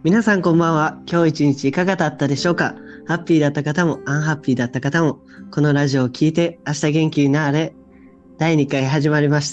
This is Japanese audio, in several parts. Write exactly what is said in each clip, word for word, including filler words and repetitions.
皆さんこんばんは。今日一日いかがだったでしょうか？ハッピーだった方もアンハッピーだった方も、このラジオを聞いて明日元気になれ。だいにかい始まりました。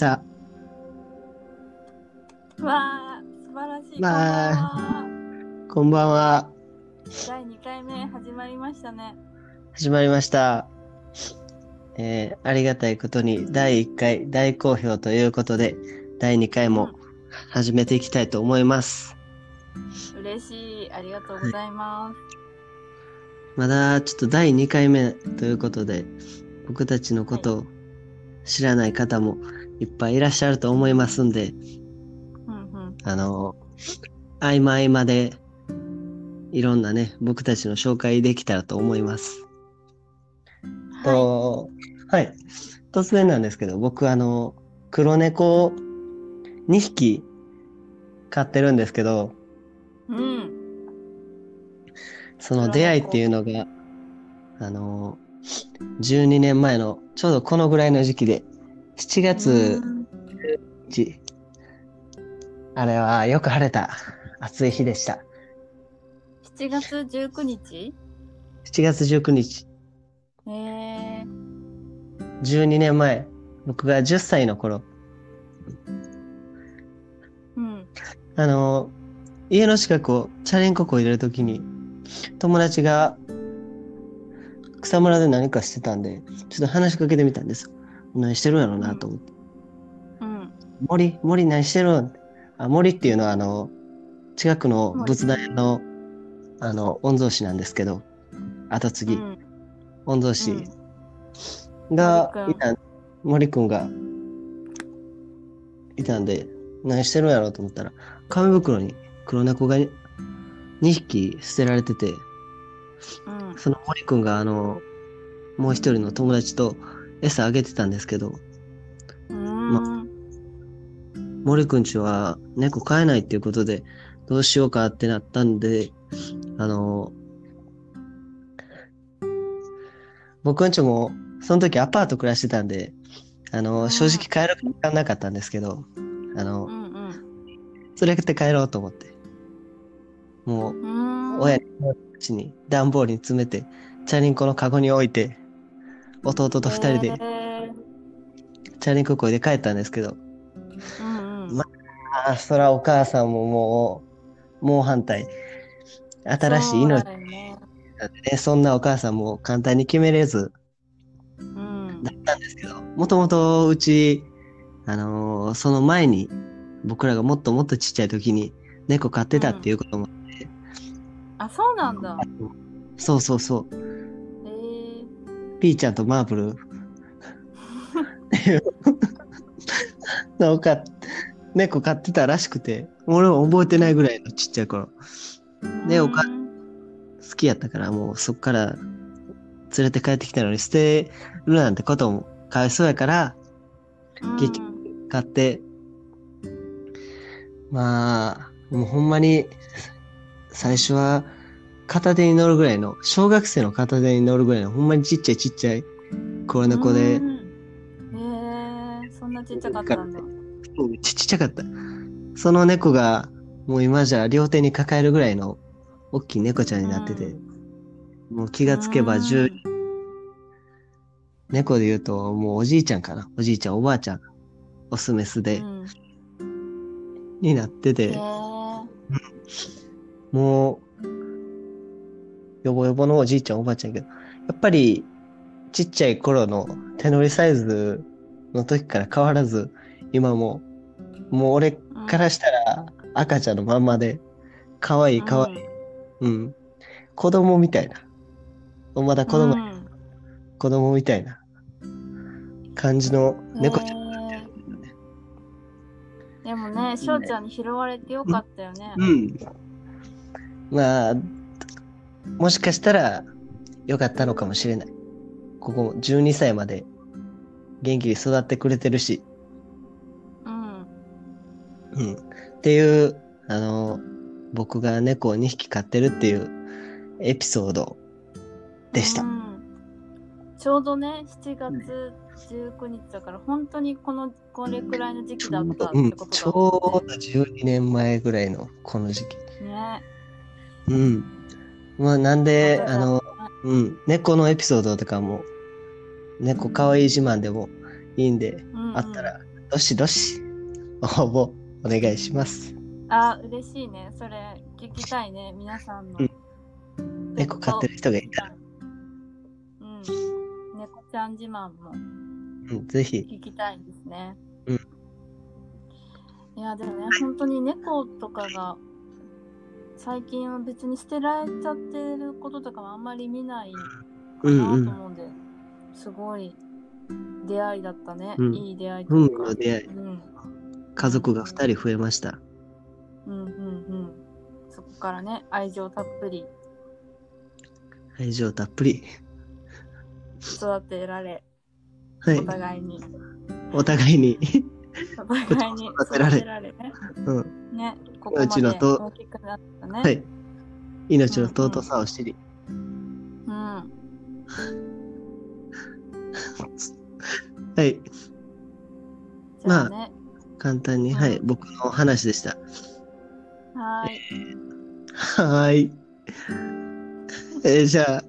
わあ、素晴らしい。 まあ、 こんばんは。 こんばんは。 だいにかいめ始まりましたね。 始まりました。えー、ありがたいことにだいいっかい大好評ということで、だいにかいも始めていきたいと思います。 うん、嬉しい。ありがとうございます。 まだちょっとだいにかいめということで、僕たちのことを知らない方もいっぱいいらっしゃると思いますんで、 うんうん、 あの、合間合間でいろんなね、僕たちの紹介できたらと思います。 はい、 と、はい。突然なんですけど、僕あの、黒猫をにひき飼ってるんですけど、 うん、 その出会いっていうのが、あの、じゅうにねんまえのちょうどこのぐらいの時期で、しちがつじゅうにち、あれはよく晴れた暑い日でした。 しちがつじゅうくにち？ しちがつじゅうくにち、 えー、 じゅうにねんまえ、僕がじゅっさいの頃、 うん、 あの、家の近くをチャリンコこ入れるときに、友達が草むらで何かしてたんで、ちょっと話しかけてみたんですよ。何してるんやろうなと思って。 うん、 森、森何してるん？あ、森っていうのはあの、近くの森。 仏壇の、あの、御曹司なんですけど、後継ぎ、 うん、 御曹司うん、森くん。 がいた、森くんがいたんで、何してるんやろうと思ったら、紙袋に黒猫がにひき捨てられてて、 うん、 その森くんがあの、もう一人の友達と餌あげてたんですけど、 うーまあ、 ん、 森くんちは猫飼えないっていうことで、どうしようかってなったんで、あの、僕んちも、その時アパート暮らしてたんで、あの、正うん、 直帰る気がなかったんですけど、あの、 うん、うん、 それって帰ろうと思って、もう、 うーん、 親に、うちに段ボールに詰めて、チャリンコのカゴに置いて、弟とえ二人でー、 チャリンコこいで帰ったんですけど、 うん、うん。 まあ、そらお母さんももう、もう反対。新しいそうだ命よね。 だってね、そんなお母さんも簡単に決めれずうん、 だったんですけど、もともとうち、あのーその前に、僕らがもっともっとちっちゃい時に猫飼ってたってうん。 いうことも、 あ、そうなんだ。 そうそうそう、 えー、 ピーちゃんとマーブルっていうのを飼猫飼ってたらしくて、俺も覚えてないぐらいのちっちゃい頃。 うーで、お母さん、 ん好きやったから、もうそっから連れて帰ってきたのに捨てるなんてこともかわいそうやから、 う結ん、 局買って、まあ、もうほんまに最初は片手に乗るぐらいの、小学生の片手に乗るぐらいの、ほんまにちっちゃいちっちゃい黒うー猫で、 ん。えー、そんなちっちゃかったんだ。 ちっちゃかった。その猫が、もう今じゃ両手に抱えるぐらいの大きい猫ちゃんにうなってて、 ん、 もう気うーがつけばじゅう、 ん。 猫で言うともうおじいちゃんかな。おじいちゃん、おばあちゃん、オスメスで、 うん。 になってへて、 ー、 もう、よぼよぼのおじいちゃん、おばあちゃんやけど、やっぱり、ちっちゃい頃の手乗りサイズの時から変わらず、今も、もう俺うん、 からしたら赤ちゃんのまんまで、かわいいかわいうん、 い。うん。子供みたいな。まだう子供、 ん。 子供みたいな感じのへ猫ちゃんになってー、 るんだよね。 でもね、翔ちゃんに拾われてよかったよね。 うん。まあ、もしかしたら良かったのかもしれない。ここじゅうにさいまで元気に育ってくれてるし、 うん、 うん。っていう、あの、僕が猫をにひき飼ってるっていうエピソードうでした。 ん。ちょうどね、しちがつじゅうくにちだから、本当にこの、これくらいの時期だっちょうど、うん、 たってことちだもんね。 ょうどじゅうにねんまえぐらいのこの時期。 ね。 うん。まあ、なんで、 またじゃあの、 あ、 うん、猫のエピソードとかも、猫かわいい自慢でもいいんで、 うんうん。 あったら、どしどし応募お願いします。 あ、嬉しいね。それ聞きたいね。皆さんうん。 のペッ猫飼ってトる人がいたら、 自慢。うん。猫ちゃん自慢もうん、ぜひ、 聞きたいですね。 うん、 いや、でもね、本当に猫とかが最近は別に捨てられちゃってることとかもあんまり見ないかうんなうん、 と思うんで、すごい出会いだったね。 うん。 いい出会いという運命か。 の出会い、 うん。う家族がん。 二人増えました。 うんうんうん。そこからね、愛情たっぷり愛情たっぷり。 育てられ、おはい。 互いに、 お互いにおこっちも互いに育て育てられ、 られね。 うん。 ね、ここまで命のと、 大きくなったね。 はい。命のうんうん。 尊さを知り。 うん。 はい。まあ、 じゃあね。 簡単に、はい、 うん。 僕の話でした。 はーい。 はーい。えーじゃあ、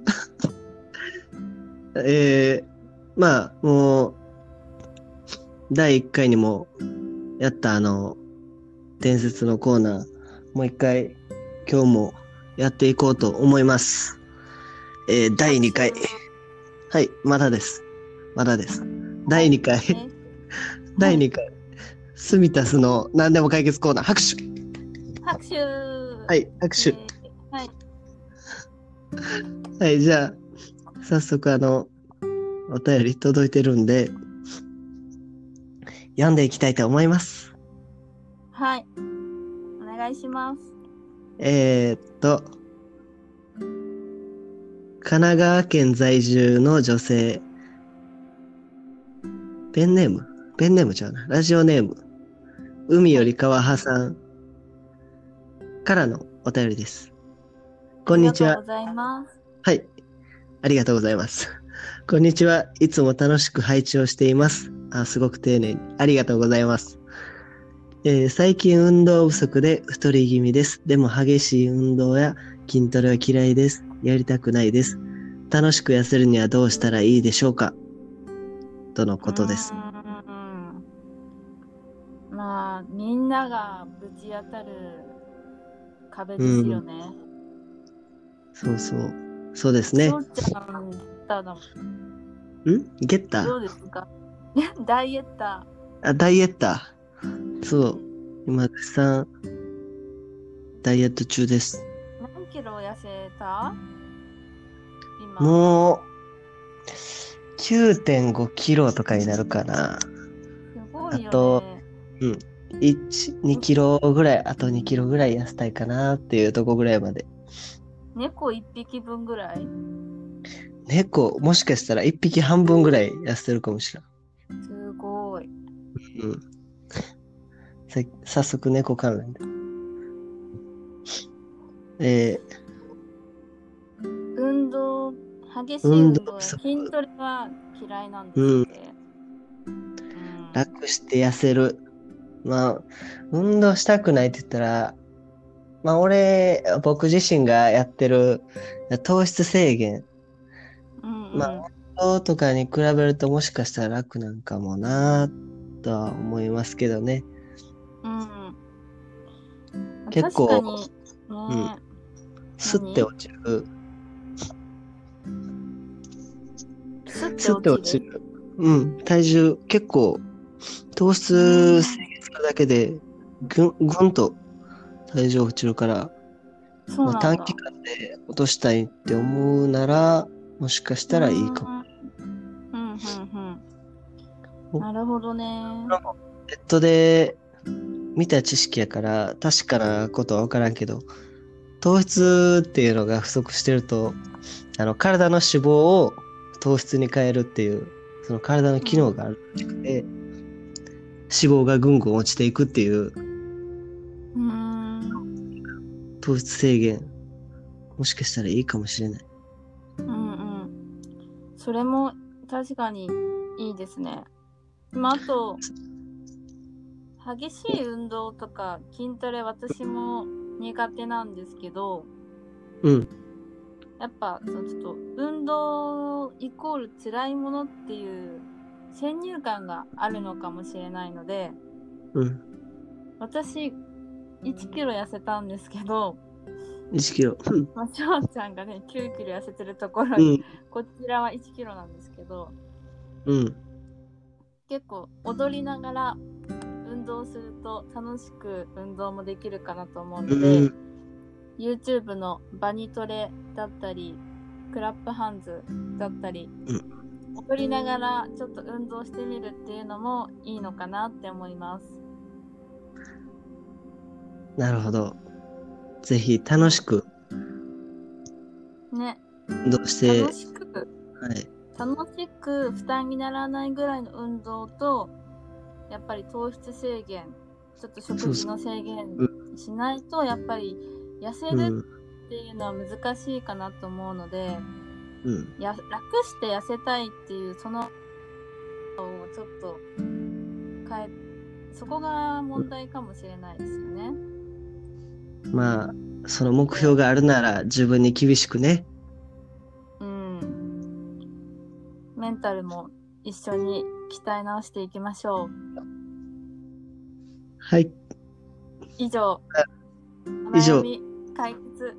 えーまあ、もう、だいいっかいにもやったあの、伝説のコーナー、もう一回、今日もやっていこうと思います。えー、だい拍手。 にかい。はい、まだです。まだです。だいはい。 にかい。 え、 だいはい。 にかい。スミタスの何でも解決コーナー、拍手。 拍手。 はい、拍手。 えー、はい。 はい、じゃあ、早速あの、お便り届いてるんで、読んでいきたいと思います。 はい。お願いします。 えー、っと、神奈川県在住の女性、ペンネームペンネームちゃうな。ラジオネーム、海はい。 より川派さんからのお便りです。 ありこんにちは。 がとうございます。 はい。ありがとうございます。こんにちは。いつも楽しく拝聴しています。あ、すごく丁寧に。ありがとうございます。えー最近運動不足で太り気味です。でも激しい運動や筋トレは嫌いです。やりたくないです。楽しく痩せるにはどうしたらいいでしょうかとのうーことです。 ん。まあ、みんながぶち当たる壁うですよん。 ね。 そうそう。そうですね。 そうちゃん、ただ、 んゲッタどうですか？ダイエッターあ、ダイエッター。 ー。うそう。 ん。 今、絶賛ダイエット中です。 何キロ痩せた今？ もう、きゅうてんごキロとかになるかな。 すごいよあと、 ね。 うん。いち、にキロぐらい、あとにキロぐらい痩せたいかなっていうとこぐらいまで。 猫一匹分ぐらい？ 猫、もしかしたらいっぴき半分ぐらい痩せてるかもしれん。 すごい。 うん。さ早速猫関連で。え運動、激ー、 しい運動運動や不足。 筋トレは嫌いなんでうん。 すって。うん。 楽して痩せる。まあ、運動したくないって言ったら、まあ俺、僕自身がやってる糖質制限。 うんまあ、 うん。 運動とかに比べるともしかしたら楽なんかもなとは思いますけどね。 うん。 結構、 確かに、 うん、 ね。 吸って何？ 落ちる。 スって吸って落ちる？ 落ちる。うん、体重結構、糖うー質制ん。 限するだけでぐん、ぐんと体重落ちるから、まあ、 そうなんだ。 短期間で落としたいって思うなら、もしかしうーたらいいかも。 ん。うん、うん、うん。 おなるほどね。 ネットで見た知識やから確かなことは分からんけど、糖質っていうのが不足してると、あの体の脂肪を糖質に変えるっていう、その体の機能があるらしくて、脂肪がぐんぐん落ちていくっていううーん。 糖質制限、もしかしたらいいかもしれない。 うんうん。それも確かにいいですね。まあ、あと、激しい運動とか筋トレ私も苦手なんですけど、 うん。 やっぱそのちょっと運動イコール辛いものっていう先入観があるのかもしれないので、 うん。 私いちキロ痩せたんですけど、 いちキロ。うん。 まあ、しょうちゃんがねきゅうキロ痩せてるところに、 うん。 こちらはいちキロなんですけど、 うん。 結構踊りながら運動すると楽しく運動もできるかなと思うので、 うん。 YouTube のバニトレだったりクラップハンズだったり、 うん。 踊りながらちょっと運動してみるっていうのもいいのかなって思います。 なるほど。ぜひ楽しくね、 運動して、 楽しくはい。 楽しく負担にならないぐらいの運動と、やっぱり糖質制限、ちょっと食事の制限しないとやっぱり痩せるっていうのは難しいかなと思うので、 うん。 や楽して痩せたいっていうそのをちょっと変え、そこが問題かもしれないですよね。 まあ、その目標があるなら自分に厳しくね。 うん。メンタルも一緒に鍛え直していきましょう。 はい。 以上、お以上悩み解決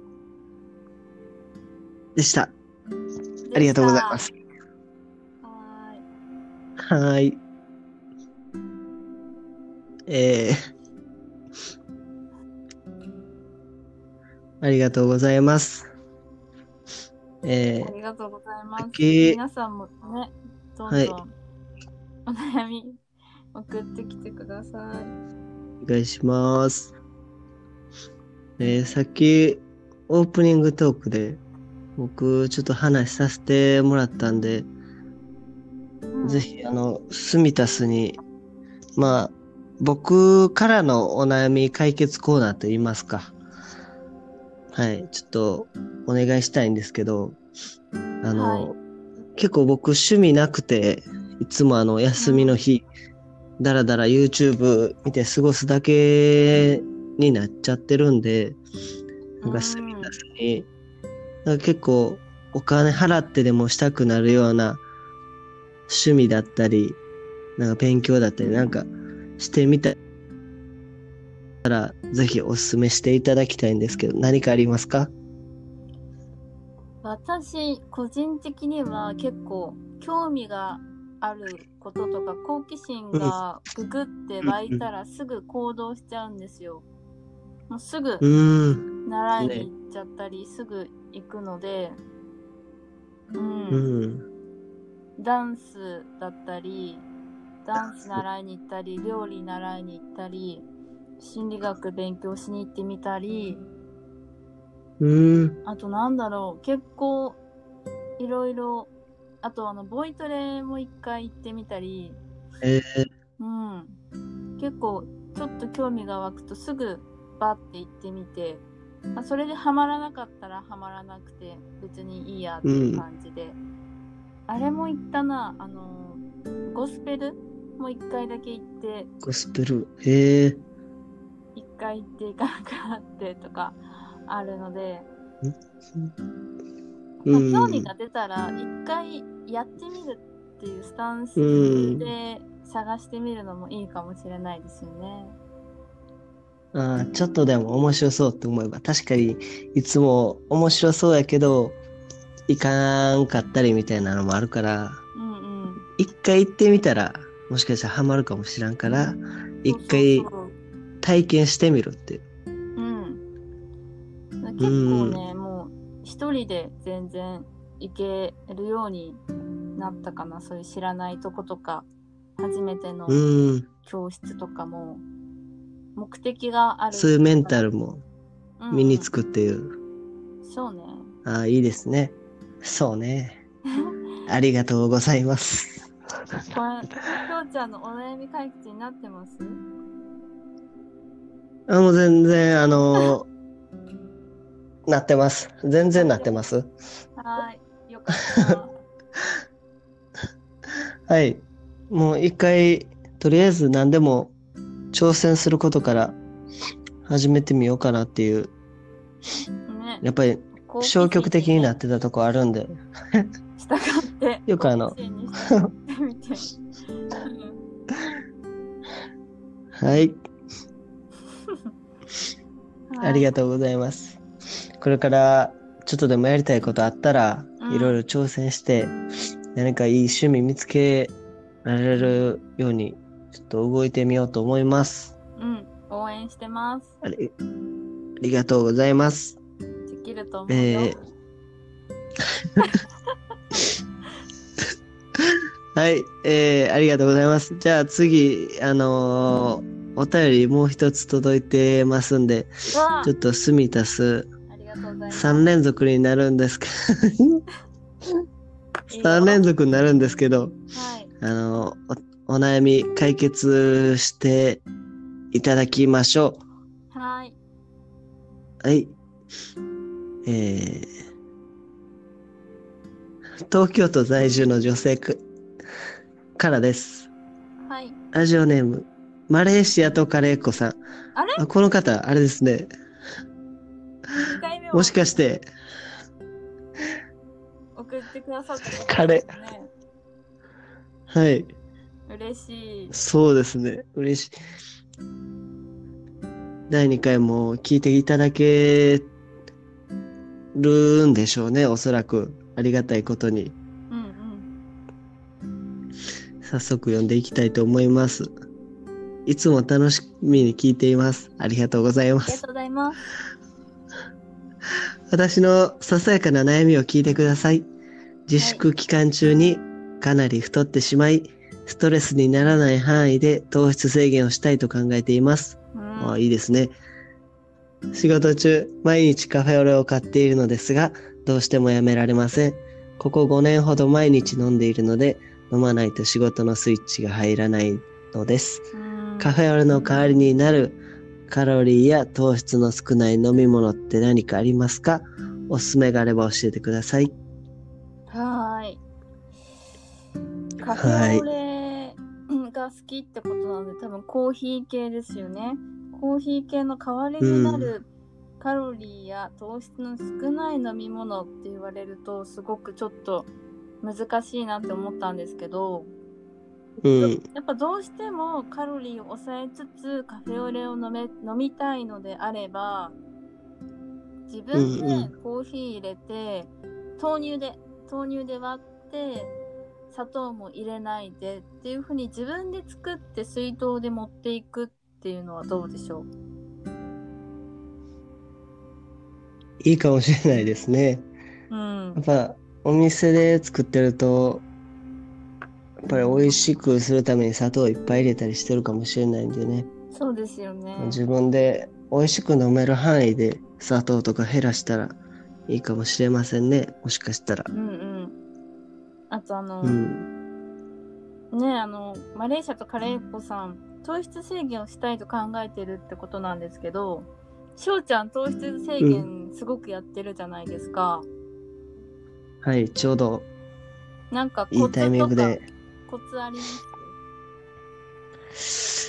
でした。 でありがとうございした。 ます。 ははーい。えー、ありがとうございます。えーい。あー、 りがとうございます。 先、 皆さんもね、どはい、 んどんお悩み送ってきてください。 お願いします。えー、さっき、オープニングトークで、僕、ちょっと話させてもらったんで、 うん、 ぜひ、あの、スミタスに、まあ、僕からのお悩み解決コーナーと言いますか。はい、ちょっと、お願いしたいんですけど、あの、 はい、 結構僕趣味なくて、いつもあの、休みの日、だらだら YouTube 見て過ごすだけになっちゃってるんで、なんかスミタスに、なんか結構お金払ってでもしたくなるような趣味だったり、なんか勉強だったりなんかしてみたら、ぜひお勧めしていただきたいんですけど、何かありますか？ 私個人的には結構興味があることとか好奇心うん、 がググって湧いたらすぐ行動しちゃうんですよ。もうすぐうん、うーん、 習いにね、 行っちゃったり、すぐ行くので、う、 うんん、 ダンスだったり、ダンス習いに行ったり、料理習いに行ったり、心理学勉強しに行ってみたり、 うーん、 あとなんだろう、結構いろいろ、あとあのボイトレも一回行ってみたり、 えー、 うん、結構ちょっと興味が湧くとすぐバッて行ってみて、まあ、それでハマらなかったらハマらなくて別にいいやっていう感じで、うん、あれも行ったな、あのゴスペルも一回だけ行って、 ゴスペル、えー、 一回行っていかなくなってとかあるので、まあ、興味が出たら一回やってみるっていうスタンスで探してみるのもいいかもしれないですよね。 ああ、ちょっとでも面白そうって思えば、確かにいつも面白そうやけど、いかんかったりみたいなのもあるから、 うんうん。 一回行ってみたら、もしかしたらハマるかもしらんから、一回体験してみるっていう。 うん。結構ね、うん、もう一人で全然行けるようになったかな。そういう知らないとことか、初めての教室とかも、目的がある。 そういうメンタルも身につくっていう。 うんうん、そうね。 ああ、いいですね。そうね。ありがとうございます。 これ、きょうちゃんのお悩み解決になってます？ あ、もう全然、あのー、なってます。全然なってます。 はい、よかった。 はい。もう一回、とりあえず何でも挑戦することから始めてみようかなっていう。ね、やっぱり消極的になってたとこあるんで。 従ってよくあのはい、ありがとうございます。これからちょっとでもやりたいことあったら、うん、いろいろ挑戦して何かいい趣味見つけられるようにちょっと動いてみようと思います。 うん、応援してます。 あり、ありがとうございます。 できると思うよ。 えーはい、えー、ありがとうございます。じゃあ次、あのー、お便りもう一つ届いてますんで、ちょっとスミタスさん連続になるんですけど、さん連続になるんですけど、はい、あのー、お、お悩み解決していただきましょう。はい。 はい。えー、東京都在住の女性くからです。 はい。 ラジオネーム、マレーシアとカレー粉さん。 あれあ、この方、あれですね。 にかいめもしかして、 送ってくださった、ね、 カレー。はい。 嬉しい。 そうですね。嬉しい。だいにかいも聞いていただけるんでしょうね、おそらく。ありがたいことに。早速読んでいきたいと思います。いつも楽しみに聞いています。ありがとうございます。 ありがとうございます。 私のささやかな悩みを聞いてください。自粛期間中にかなり太ってしまい、ストレスにならない範囲で糖質制限をしたいと考えています。うん、あ、いいですね。仕事中、毎日カフェオレを買っているのですが、どうしてもやめられません。ここごねんほど毎日飲んでいるので、飲まないと仕事のスイッチが入らないのです。カフェオレの代わりになるカロリーや糖質の少ない飲み物って何かありますか？おすすめがあれば教えてください。 はーい。カフェオレが好きってことなので、多分コーヒー系ですよね。コーヒー系の代わりになるカロリーや糖質の少ない飲み物って言われると、すごくちょっと難しいなって思ったんですけど、うん、やっぱどうしてもカロリーを抑えつつカフェオレを飲め飲みたいのであれば、自分でコーヒー入れて、うんうん、豆乳で豆乳で割って砂糖も入れないでっていう風に自分で作って水筒で持っていくっていうのはどうでしょう？ いいかもしれないですね。うん、やっぱお店で作ってるとやっぱり美味しくするために砂糖をいっぱい入れたりしてるかもしれないんでね。 そうですよね。 自分で美味しく飲める範囲で砂糖とか減らしたらいいかもしれませんね。もしかしたら。 うんうん。あとあの、うん、ねあのマレーシアとカレー粉さん、糖質制限をしたいと考えてるってことなんですけど、しょうちゃん糖質制限すごくやってるじゃないですか。 うん、はい、ちょうどなんかいいタイミングで。 コツあります？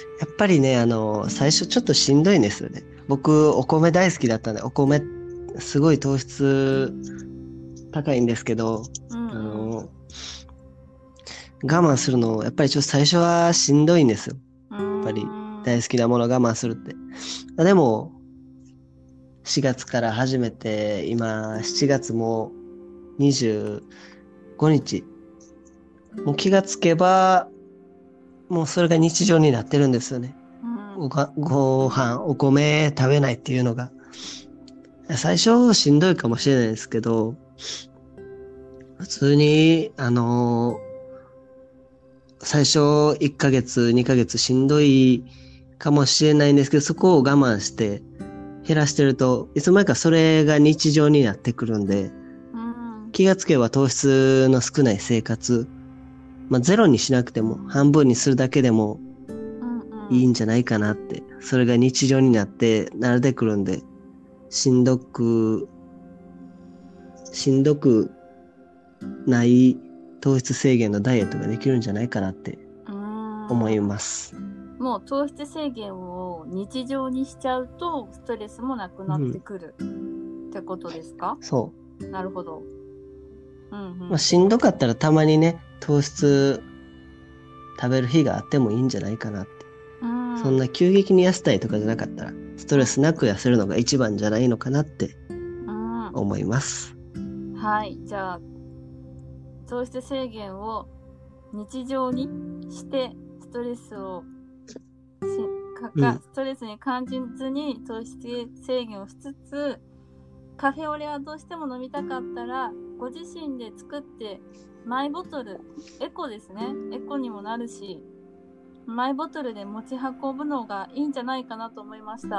やっぱりね、あの最初ちょっとしんどいんですよね。僕お米大好きだったんで、お米すごい糖質高いんですけど、うんうん、あの我慢するのやっぱりちょっと最初はしんどいんですよ。やっぱり大好きなものを我慢するって。でもしがつから始めて今しちがつもにじゅうごにち、もう気がつけばもうそれが日常になってるんですよね。うん、ご, ご飯お米食べないっていうのが最初しんどいかもしれないですけど、普通にあのー、最初いっかげつにかげつしんどいかもしれないんですけど、そこを我慢して減らしてるといつの間にかそれが日常になってくるんで、うん、気がつけば糖質の少ない生活、まあ、ゼロにしなくても半分にするだけでもいいんじゃないかなって、うんうん、それが日常になって慣れてくるんで、しんどくしんどくない糖質制限のダイエットができるんじゃないかなって思います。 もう糖質制限を日常にしちゃうとストレスもなくなってくる、うん、ってことですか？ そうなるほど。うんうん。 まあ、しんどかったらたまにね、糖質食べる日があってもいいんじゃないかなって。 うん、 そんな急激に痩せたいとかじゃなかったら、ストレスなく痩せるのが一番じゃないのかなってうん思います。 はい。じゃあ、糖質制限を日常にして、ストレスをしかか、 うんストレスに感じずに糖質制限をしつつ、カフェオレはどうしても飲みたかったら、ご自身で作ってマイボトル、エコですね。エコにもなるし、マイボトルで持ち運ぶのがいいんじゃないかなと思いました。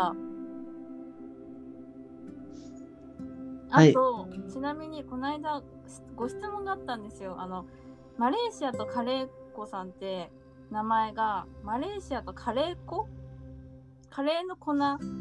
あはい。 と、ちなみにこの間ご質問があったんですよ。あの、マレーシアとカレー粉さんって名前がマレーシアとカレー粉カレーの粉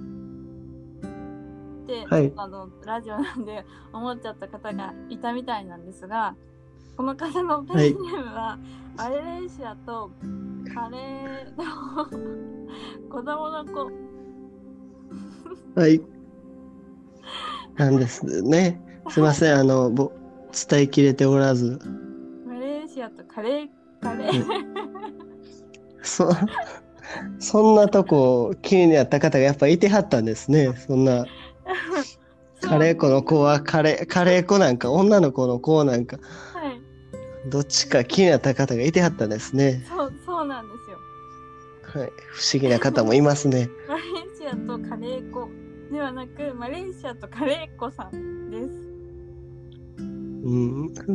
って、 はいちょっとあのラジオなんで思っちゃった方がいたみたいなんですが、この方のペンネームは、マレーシアとカレーの子供の子はい。なんですね。すいません、あの、ぼ、伝えきれておらず。 マレーシアとカレー、カレー。 そ、そんなとこ気になった方がやっぱいてはったんですね。そんな、カレー粉の子はカレー、カレー粉なんか、女の子の子なんか、 はい。 どっちか気になった方がいてはったんですね。 そう、そうなんですよ。 はい。不思議な方もいますね。 マレーシアとカレー粉ではなく、マレーシアとカレー粉さんです。 うん、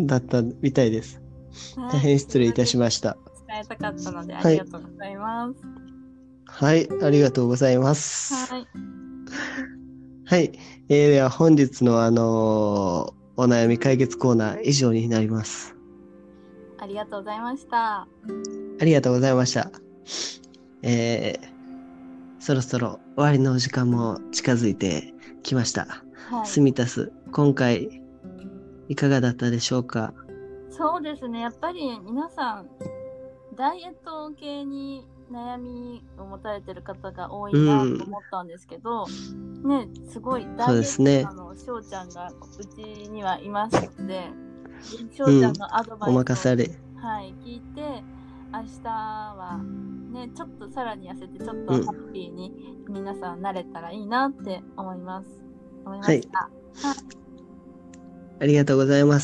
だったみたいです。 はい、 大変失礼いたしました。 伝えたかったのであはいりがとうございます。 はい、ありがとうございます。 はい。 はい。えー、では本日のあのーお悩み解決コーナー以上になります。 ありがとうございました。 ありがとうございました。えー、そろそろ終わりのお時間も近づいてきました。 はい。 スミタス、今回いかがだったでしょうか？ そうですね。やっぱり皆さん、ダイエット系に悩みを持たれてる方が多いなと思ったんですけど、うん、ね、すごいダイエットの翔ちゃんがうちにはいますので、翔ちゃんのアドバイスを、 うん、お任され、 はい、聞いて、明日はね、ちょっとさらに痩せてちょっとハッピーに皆さんなれたらいいなって思います。思いました。はい。はい、 ありがとうございます。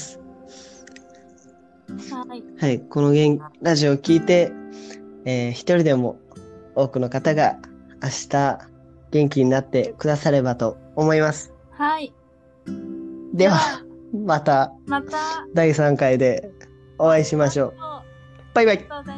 はい。 はい、このラジオを聞いて、えー、一人でも多くの方が明日元気になってくださればと思います。 はい。 では、また、 また、 だいさんかいでお会いしましょう。バイバイ。